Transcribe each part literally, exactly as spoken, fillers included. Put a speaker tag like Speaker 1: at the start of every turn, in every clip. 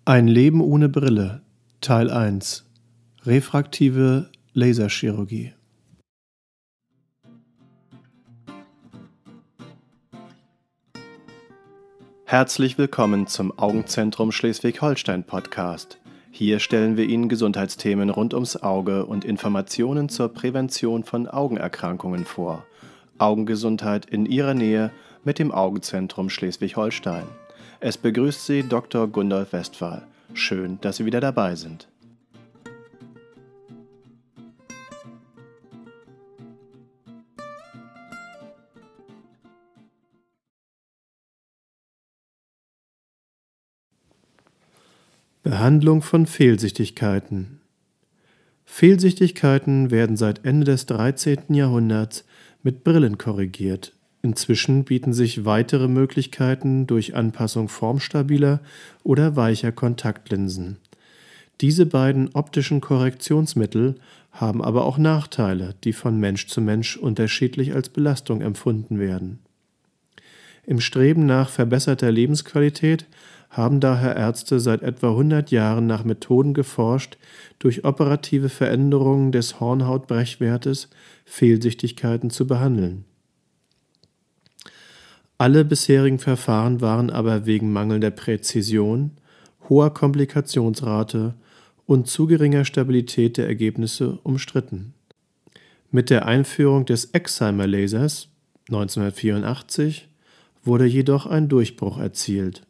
Speaker 1: Ein Leben ohne Brille Teil eins Refraktive Laserchirurgie. Herzlich willkommen zum Augenzentrum Schleswig-Holstein Podcast. Hier stellen wir Ihnen Gesundheitsthemen rund ums Auge und Informationen zur Prävention von Augenerkrankungen vor. Augengesundheit in Ihrer Nähe mit dem Augenzentrum Schleswig-Holstein. Es begrüßt Sie Doktor Gundolf Westphal. Schön, dass Sie wieder dabei sind. Behandlung von Fehlsichtigkeiten. Fehlsichtigkeiten werden seit Ende des dreizehnten Jahrhunderts mit Brillen korrigiert. Inzwischen bieten sich weitere Möglichkeiten durch Anpassung formstabiler oder weicher Kontaktlinsen. Diese beiden optischen Korrektionsmittel haben aber auch Nachteile, die von Mensch zu Mensch unterschiedlich als Belastung empfunden werden. Im Streben nach verbesserter Lebensqualität haben daher Ärzte seit etwa hundert Jahren nach Methoden geforscht, durch operative Veränderungen des Hornhautbrechwertes Fehlsichtigkeiten zu behandeln. Alle bisherigen Verfahren waren aber wegen mangelnder Präzision, hoher Komplikationsrate und zu geringer Stabilität der Ergebnisse umstritten. Mit der Einführung des Excimer-Lasers neunzehnhundertvierundachtzig wurde jedoch ein Durchbruch erzielt.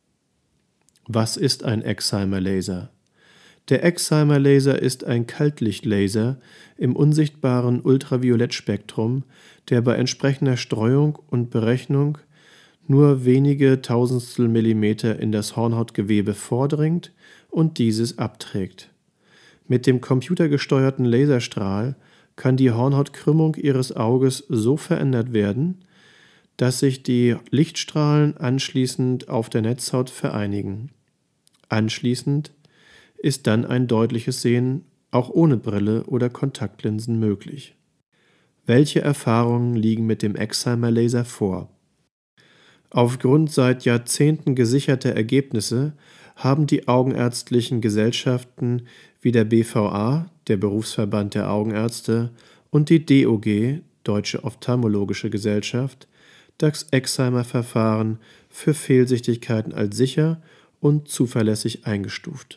Speaker 1: Was ist ein Excimer-Laser? Der Excimer-Laser ist ein Kaltlichtlaser im unsichtbaren Ultraviolettspektrum, der bei entsprechender Streuung und Berechnung nur wenige Tausendstel Millimeter in das Hornhautgewebe vordringt und dieses abträgt. Mit dem computergesteuerten Laserstrahl kann die Hornhautkrümmung Ihres Auges so verändert werden, dass sich die Lichtstrahlen anschließend auf der Netzhaut vereinigen. Anschließend ist dann ein deutliches Sehen auch ohne Brille oder Kontaktlinsen möglich. Welche Erfahrungen liegen mit dem Excimer-Laser vor? Aufgrund seit Jahrzehnten gesicherter Ergebnisse haben die augenärztlichen Gesellschaften wie der B V A, der Berufsverband der Augenärzte, und die D O G, Deutsche Ophthalmologische Gesellschaft, das Excimer-Verfahren für Fehlsichtigkeiten als sicher und zuverlässig eingestuft.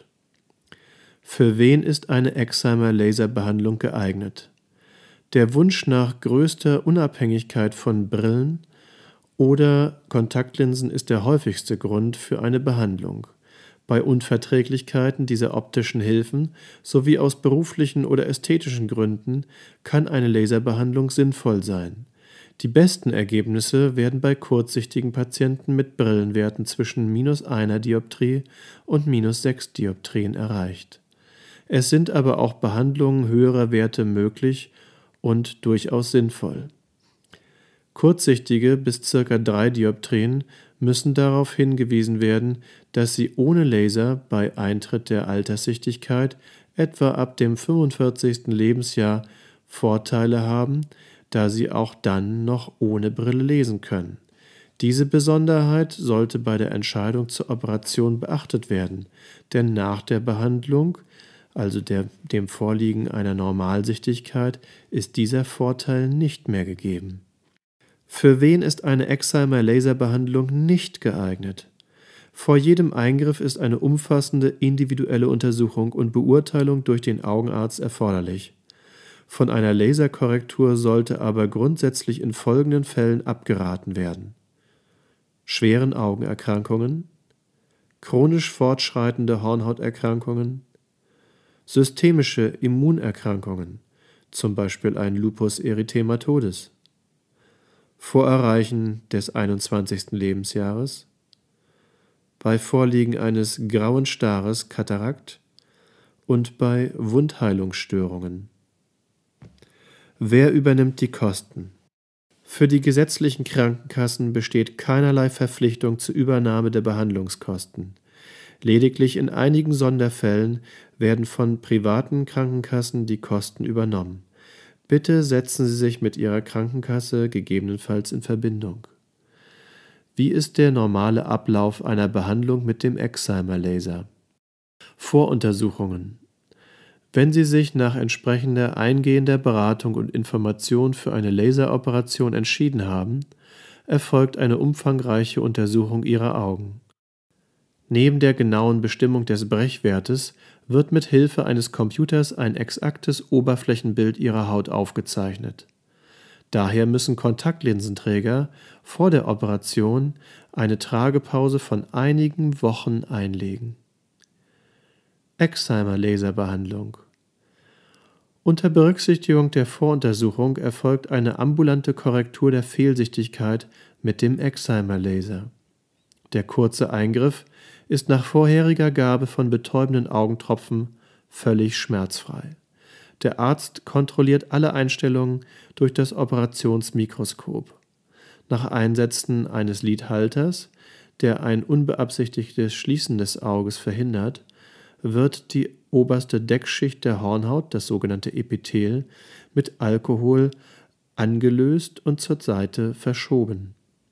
Speaker 1: Für wen ist eine Excimer-Laserbehandlung geeignet? Der Wunsch nach größter Unabhängigkeit von Brillen oder Kontaktlinsen ist der häufigste Grund für eine Behandlung. Bei Unverträglichkeiten dieser optischen Hilfen sowie aus beruflichen oder ästhetischen Gründen kann eine Laserbehandlung sinnvoll sein. Die besten Ergebnisse werden bei kurzsichtigen Patienten mit Brillenwerten zwischen minus einer Dioptrie und minus sechs Dioptrien erreicht. Es sind aber auch Behandlungen höherer Werte möglich und durchaus sinnvoll. Kurzsichtige bis ca. drei Dioptrien müssen darauf hingewiesen werden, dass sie ohne Laser bei Eintritt der Alterssichtigkeit etwa ab dem fünfundvierzigsten Lebensjahr Vorteile haben, da sie auch dann noch ohne Brille lesen können. Diese Besonderheit sollte bei der Entscheidung zur Operation beachtet werden, denn nach der Behandlung, also der, dem Vorliegen einer Normalsichtigkeit, ist dieser Vorteil nicht mehr gegeben. Für wen ist eine Excimer-Laserbehandlung nicht geeignet? Vor jedem Eingriff ist eine umfassende individuelle Untersuchung und Beurteilung durch den Augenarzt erforderlich. Von einer Laserkorrektur sollte aber grundsätzlich in folgenden Fällen abgeraten werden: schweren Augenerkrankungen, chronisch fortschreitende Hornhauterkrankungen, systemische Immunerkrankungen, zum Beispiel ein Lupus erythematodes, vor Erreichen des einundzwanzigsten Lebensjahres, bei Vorliegen eines grauen Stares Katarakt und bei Wundheilungsstörungen. Wer übernimmt die Kosten? Für die gesetzlichen Krankenkassen besteht keinerlei Verpflichtung zur Übernahme der Behandlungskosten. Lediglich in einigen Sonderfällen werden von privaten Krankenkassen die Kosten übernommen. Bitte setzen Sie sich mit Ihrer Krankenkasse gegebenenfalls in Verbindung. Wie ist der normale Ablauf einer Behandlung mit dem Excimer-Laser? Voruntersuchungen. Wenn Sie sich nach entsprechender eingehender Beratung und Information für eine Laseroperation entschieden haben, erfolgt eine umfangreiche Untersuchung Ihrer Augen. Neben der genauen Bestimmung des Brechwertes wird mit Hilfe eines Computers ein exaktes Oberflächenbild Ihrer Haut aufgezeichnet. Daher müssen Kontaktlinsenträger vor der Operation eine Tragepause von einigen Wochen einlegen. Excimer-Laserbehandlung. Unter Berücksichtigung der Voruntersuchung erfolgt eine ambulante Korrektur der Fehlsichtigkeit mit dem Excimer-Laser. Der kurze Eingriff ist nach vorheriger Gabe von betäubenden Augentropfen völlig schmerzfrei. Der Arzt kontrolliert alle Einstellungen durch das Operationsmikroskop. Nach Einsetzen eines Lidhalters, der ein unbeabsichtigtes Schließen des Auges verhindert, wird die oberste Deckschicht der Hornhaut, das sogenannte Epithel, mit Alkohol angelöst und zur Seite verschoben.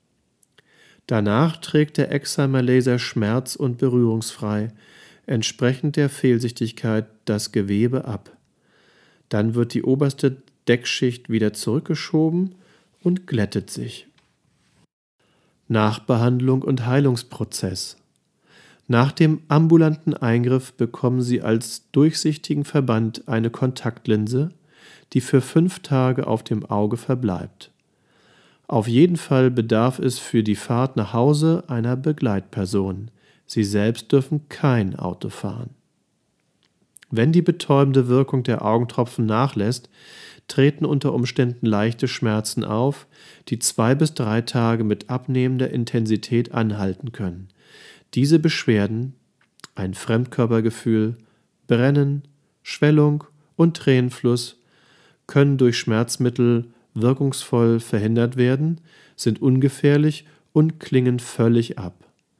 Speaker 1: Danach trägt der Excimer-Laser schmerz- und berührungsfrei, entsprechend der Fehlsichtigkeit, das Gewebe ab. Dann wird die oberste Deckschicht wieder zurückgeschoben und glättet sich. Nachbehandlung und Heilungsprozess. Nach dem ambulanten Eingriff bekommen Sie als durchsichtigen Verband eine Kontaktlinse, die für fünf Tage auf dem Auge verbleibt. Auf jeden Fall bedarf es für die Fahrt nach Hause einer Begleitperson. Sie selbst dürfen kein Auto fahren. Wenn die betäubende Wirkung der Augentropfen nachlässt, treten unter Umständen leichte Schmerzen auf, die zwei bis drei Tage mit abnehmender Intensität anhalten können. Diese Beschwerden, ein Fremdkörpergefühl, Brennen, Schwellung und Tränenfluss, können durch Schmerzmittel wirkungsvoll verhindert werden, sind ungefährlich und klingen völlig ab.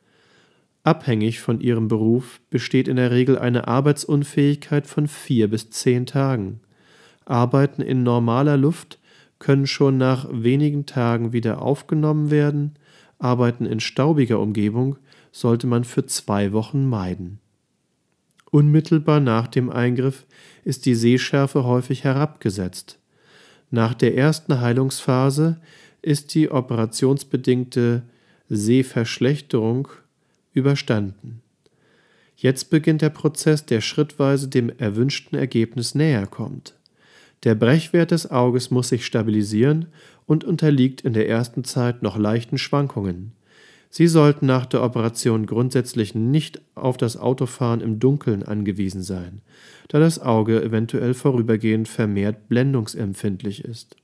Speaker 1: Abhängig von Ihrem Beruf besteht in der Regel eine Arbeitsunfähigkeit von vier bis zehn Tagen. Arbeiten in normaler Luft können schon nach wenigen Tagen wieder aufgenommen werden. Arbeiten in staubiger Umgebung sollte man für zwei Wochen meiden. Unmittelbar nach dem Eingriff ist die Sehschärfe häufig herabgesetzt. Nach der ersten Heilungsphase ist die operationsbedingte Sehverschlechterung überstanden. Jetzt beginnt der Prozess, der schrittweise dem erwünschten Ergebnis näher kommt. Der Brechwert des Auges muss sich stabilisieren und unterliegt in der ersten Zeit noch leichten Schwankungen. Sie sollten nach der Operation grundsätzlich nicht auf das Autofahren im Dunkeln angewiesen sein, da das Auge eventuell vorübergehend vermehrt blendungsempfindlich ist.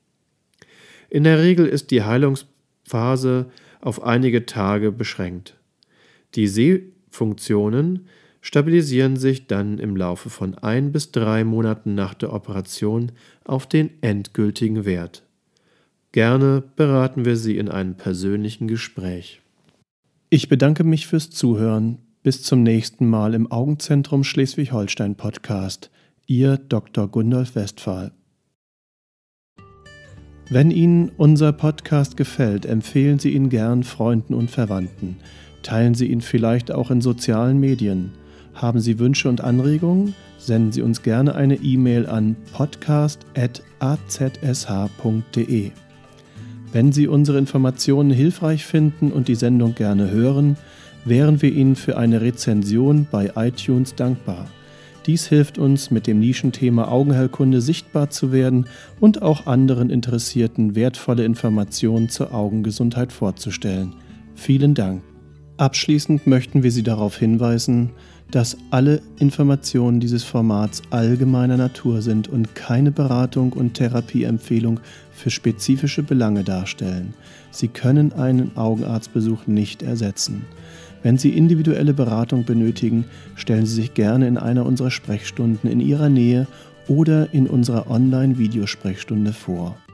Speaker 1: In der Regel ist die Heilungsphase auf einige Tage beschränkt. Die Sehfunktionen stabilisieren sich dann im Laufe von ein bis drei Monaten nach der Operation auf den endgültigen Wert. Gerne beraten wir Sie in einem persönlichen Gespräch. Ich bedanke mich fürs Zuhören. Bis zum nächsten Mal im Augenzentrum Schleswig-Holstein Podcast. Ihr Doktor Gundolf Westphal. Wenn Ihnen unser Podcast gefällt, empfehlen Sie ihn gern Freunden und Verwandten. Teilen Sie ihn vielleicht auch in sozialen Medien. Haben Sie Wünsche und Anregungen? Senden Sie uns gerne eine E-Mail an podcast at a z s h punkt d e. Wenn Sie unsere Informationen hilfreich finden und die Sendung gerne hören, wären wir Ihnen für eine Rezension bei iTunes dankbar. Dies hilft uns, mit dem Nischenthema Augenheilkunde sichtbar zu werden und auch anderen Interessierten wertvolle Informationen zur Augengesundheit vorzustellen. Vielen Dank. Abschließend möchten wir Sie darauf hinweisen, dass alle Informationen dieses Formats allgemeiner Natur sind und keine Beratung und Therapieempfehlung für spezifische Belange darstellen. Sie können einen Augenarztbesuch nicht ersetzen. Wenn Sie individuelle Beratung benötigen, stellen Sie sich gerne in einer unserer Sprechstunden in Ihrer Nähe oder in unserer Online-Videosprechstunde vor.